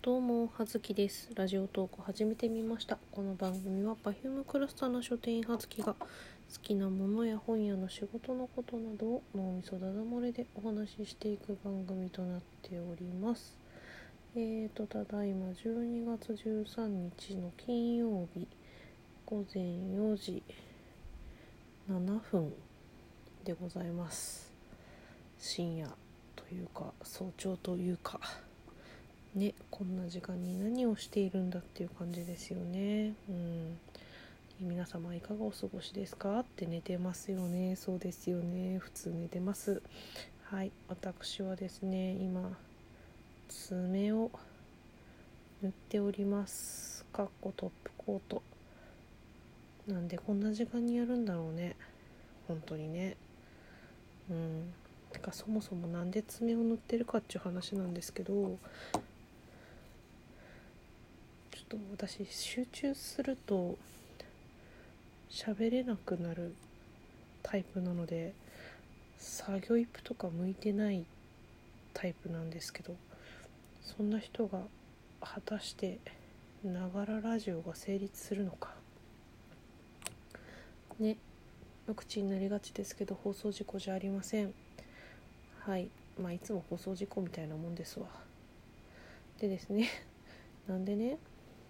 どうも、はずきです。ラジオトーク始めてみました。この番組は Perfume クラスターの書店員はずきが好きなものや本屋の仕事のことなどを脳みそだだ漏れでお話ししていく番組となっております。ただいま12月13日の金曜日午前4時7分でございます。深夜というか早朝というかね、こんな時間に何をしているんだっていう感じですよね。皆様いかがお過ごしですかって寝てますよね。そうですよね。普通寝てます。はい、私はですね、今爪を塗っております。トップコート。なんでこんな時間にやるんだろうね。本当にね。てかそもそもなんで爪を塗ってるかっていう話なんですけど。ちょっと私集中すると喋れなくなるタイプなので作業イップとか向いてないタイプなんですけど、そんな人が果たしてながらラジオが成立するのかね。無口になりがちですけど放送事故じゃありません。はい、いつも放送事故みたいなもんですわ。でですねなんでね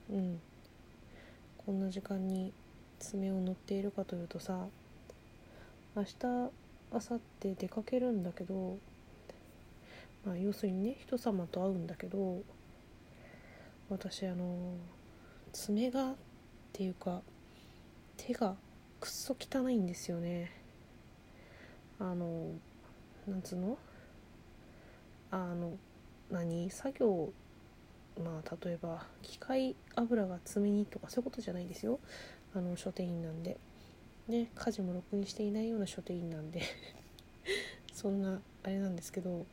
こんな時間に爪を塗っているかというとさ、明日明後日出かけるんだけど、要するにね、人様と会うんだけど、私爪がっていうか手がくっそ汚いんですよね。なんつうの作業、例えば機械油が爪にとかそういうことじゃないですよ。書店員なんでね、家事もろくにしていないような書店員なんでそんなあれなんですけど、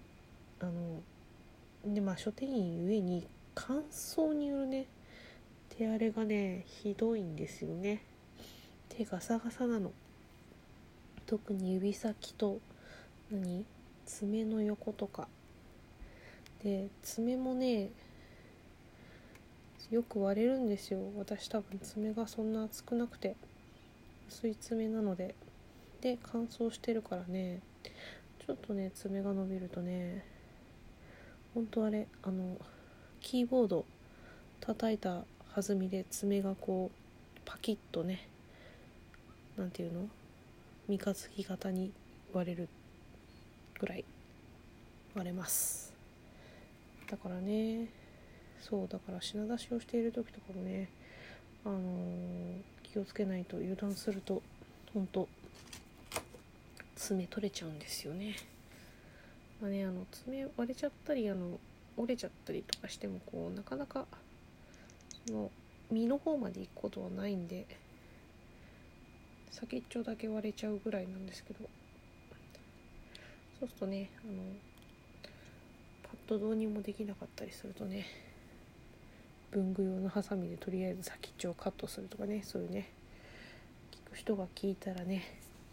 書店員ゆえに乾燥によるね手荒れがねひどいんですよね。手ガサガサなの。特に指先と爪の横とかで、爪もねよく割れるんですよ。私多分爪がそんな厚くなくて薄い爪なので、乾燥してるからね、ちょっとね爪が伸びるとね、ほんとキーボード叩いた弾みで爪がこうパキッとね、なんていうの、三日月型に割れるぐらい割れます。だから品出しをしている時とかもね、気をつけないと、油断するとほんと爪取れちゃうんですよね。爪割れちゃったり折れちゃったりとかしてもなかなかその身の方まで行くことはないんで、先っちょだけ割れちゃうぐらいなんですけど、そうするとねパッとどうにもできなかったりするとね、文具用のハサミでとりあえず先っちょをカットするとかね、そういうね、聞く人が聞いたらね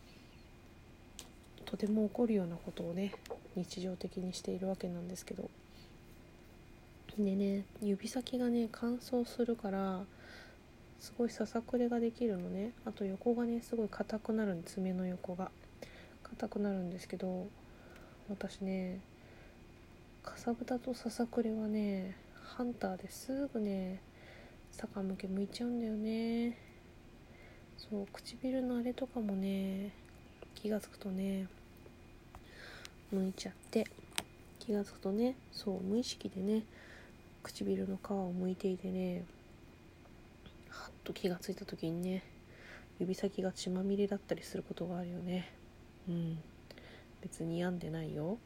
とても怒るようなことをね日常的にしているわけなんですけど、でね、指先がね乾燥するからすごいささくれができるのね。あと横がねすごい硬くなるんで、爪の横が硬くなるんですけど、私ねかさぶたとささくれはねハンターですぐね逆向け向いちゃうんだよね。そう、唇のあれとかもね気がつくとね向いちゃって、気がつくとね、そう無意識でね唇の皮を剥いていてね、はっと気がついた時にね指先が血まみれだったりすることがあるよね。別に病んでないよ。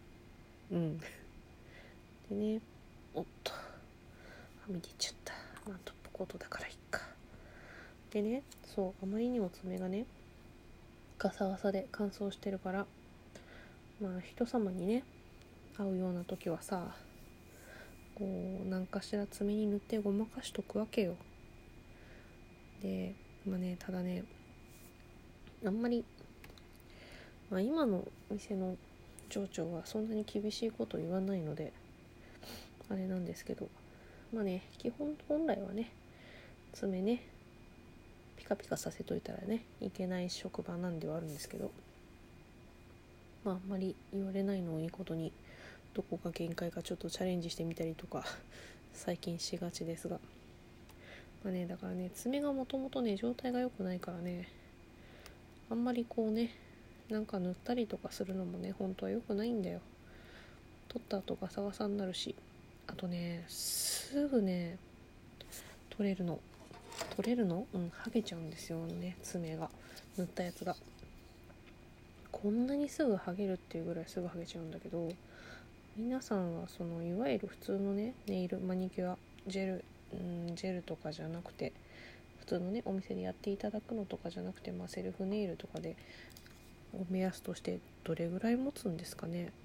でね、おっとはみ出ちゃった。トップコートだからいっか。でね、あまりにも爪がねガサガサで乾燥してるから、人様にね会うような時はさ、何かしら爪に塗ってごまかしとくわけよ。でただねあんまり、今の店の町長はそんなに厳しいこと言わないのであれなんですけど、 まあね、本来はね、爪ねピカピカさせといたらねいけない職場なんではあるんですけど、まああんまり言われないのをいいことにどこが限界かちょっとチャレンジしてみたりとか最近しがちですが、まあね、だからね、爪がもともとね状態が良くないからね、あんまりこうねなんか塗ったりとかするのもね本当は良くないんだよ。取った後ガサガサになるし、あとねすぐね取れるの剥げちゃうんですよね、爪が塗ったやつが。こんなにすぐ剥げるっていうぐらいすぐ剥げちゃうんだけど、皆さんはそのいわゆる普通のねネイルマニキュアジェルとかじゃなくて、普通のねお店でやっていただくのとかじゃなくて、セルフネイルとかで目安としてどれぐらい持つんですかね。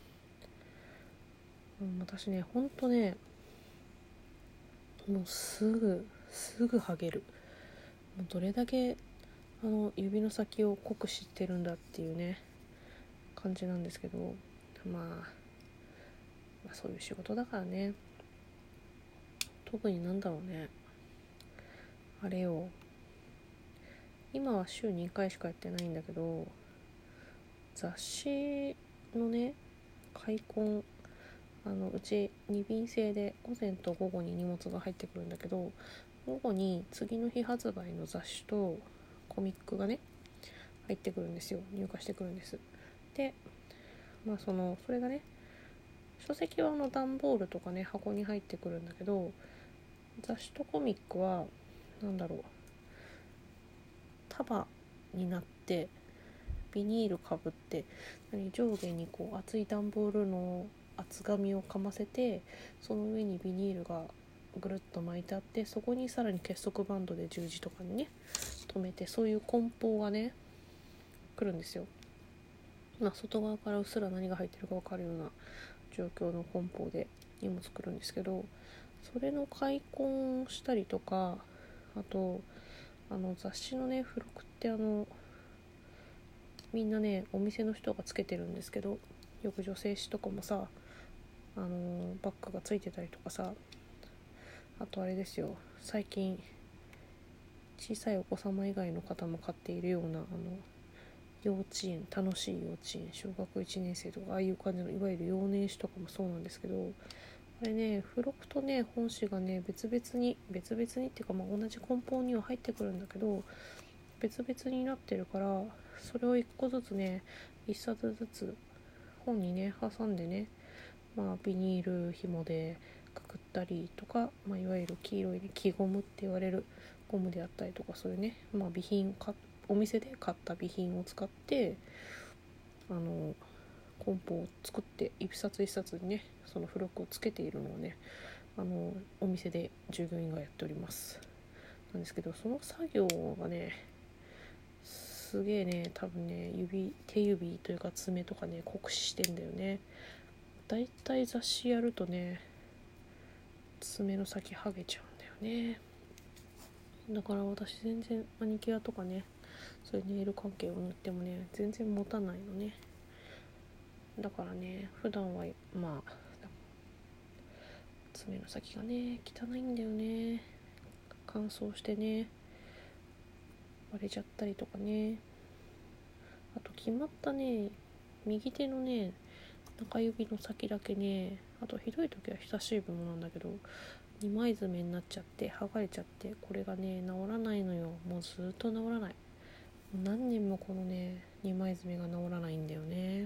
私ねほんとねもうすぐ剥げる。もうどれだけ指の先を濃く知ってるんだっていうね感じなんですけど、そういう仕事だからね。特になんだろうね、あれよ、今は週2回しかやってないんだけど、雑誌のね開墾、うち2便制で午前と午後に荷物が入ってくるんだけど、午後に次の日発売の雑誌とコミックがね入ってくるんですよ、入荷してくるんです。でそれがね、書籍は段ボールとかね箱に入ってくるんだけど、雑誌とコミックは束になってビニールかぶって、上下にこう厚い段ボールの厚紙をかませて、その上にビニールがぐるっと巻いてあって、そこにさらに結束バンドで十字とかにね留めて、そういう梱包がね来るんですよ。外側からうっすら何が入ってるか分かるような状況の梱包で荷物来るんですけど、それの開墾をしたりとか、あと雑誌のね付録ってみんなねお店の人がつけてるんですけど、よく女性誌とかもさバッグがついてたりとかさ、あとあれですよ、最近小さいお子様以外の方も買っているような幼稚園、楽しい幼稚園、小学1年生とかああいう感じのいわゆる幼年誌とかもそうなんですけど、あれね付録とね本誌がね別々にっていうか、同じ梱包には入ってくるんだけど別々になってるから、それを1個ずつね1冊ずつ本にね挟んでね、ビニール紐でくくったりとか、いわゆる黄色い、ね、木ゴムって言われるゴムであったりとか、そういうね、備品お店で買った備品を使って梱包を作って一冊一冊にねその付録をつけているのをねお店で従業員がやっておりますなんですけど、その作業がねすげえね、多分ね手指というか爪とかね酷使してんだよね。だいたい雑誌やるとね爪の先剥げちゃうんだよね。だから私全然マニキュアとかねそういうネイル関係を塗ってもね全然持たないのね。だからね普段は爪の先がね汚いんだよね。乾燥してね割れちゃったりとかね。あと決まったね右手のね中指の先だけね、あとひどい時は人差し指もなんだけど二枚爪になっちゃって剥がれちゃって、これがね治らないのよ。もうずっと治らない。何年もこのね二枚爪が治らないんだよね。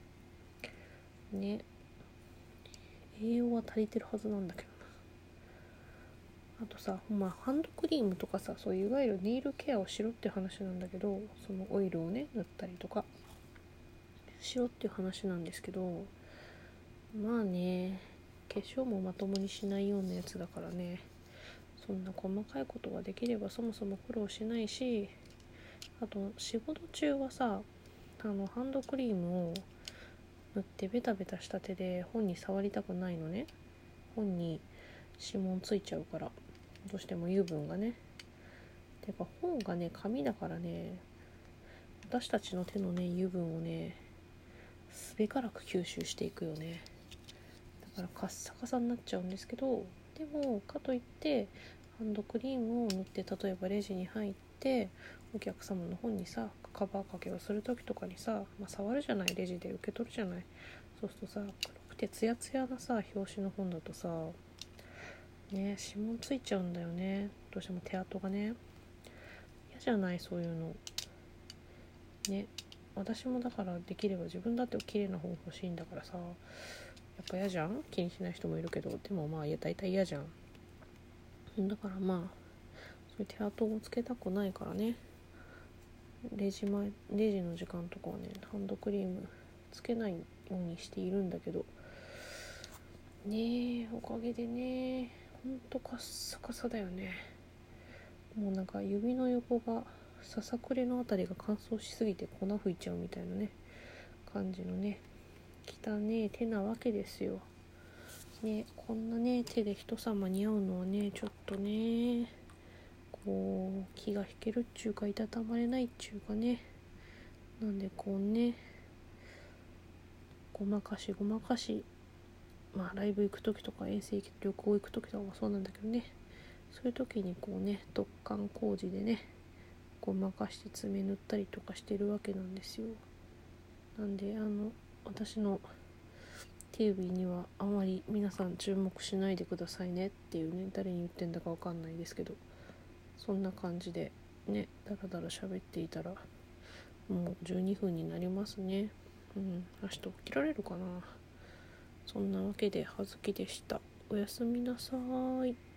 栄養は足りてるはずなんだけどな。あとさ、ハンドクリームとかさ、そういういわゆるネイルケアをしろって話なんだけど、そのオイルをね塗ったりとかしろっていう話なんですけど、化粧もまともにしないようなやつだからね、そんな細かいことができればそもそも苦労しないし、あと仕事中はさハンドクリームを塗ってベタベタした手で本に触りたくないのね。本に指紋ついちゃうから、どうしても油分がね。てか本がね紙だからね、私たちの手のね油分をねすべからく吸収していくよね。だからカッサカサになっちゃうんですけど、 でもかといってハンドクリームを塗って、例えばレジに入ってお客様の方にさカバー掛けをする時とかにさ、触るじゃない、レジで受け取るじゃない。そうするとさ、黒くてツヤツヤなさ表紙の本だとさね、指紋ついちゃうんだよね、どうしても手跡がね。嫌じゃない、そういうのね。私もだからできれば自分だって綺麗な本欲しいんだからさ、やっぱ嫌じゃん。気にしない人もいるけど、でもいや大体嫌じゃん。だからそういう手跡をつけたくないからね、レジの時間とかはねハンドクリームつけないようにしているんだけどね。おかげでね、ほんとカッサカサだよね。もうなんか指の横がささくれのあたりが乾燥しすぎて粉吹いちゃうみたいなね感じのね汚ねえ手なわけですよね。こんなね手で人様に会うのはねちょっとねこう気が引けるっちゅうかいたたまれないっちゅうかね。なんでこうねごまかしライブ行く時とか遠征旅行行く時とかもそうなんだけどね、そういう時にこうね突貫工事でねごまかして爪塗ったりとかしてるわけなんですよ。なんで私の手指にはあまり皆さん注目しないでくださいねっていうね、誰に言ってんだかわかんないですけど、そんな感じでねだらだら喋っていたらもう12分になりますね。明日起きられるかな。そんなわけで葉月でした。おやすみなさい。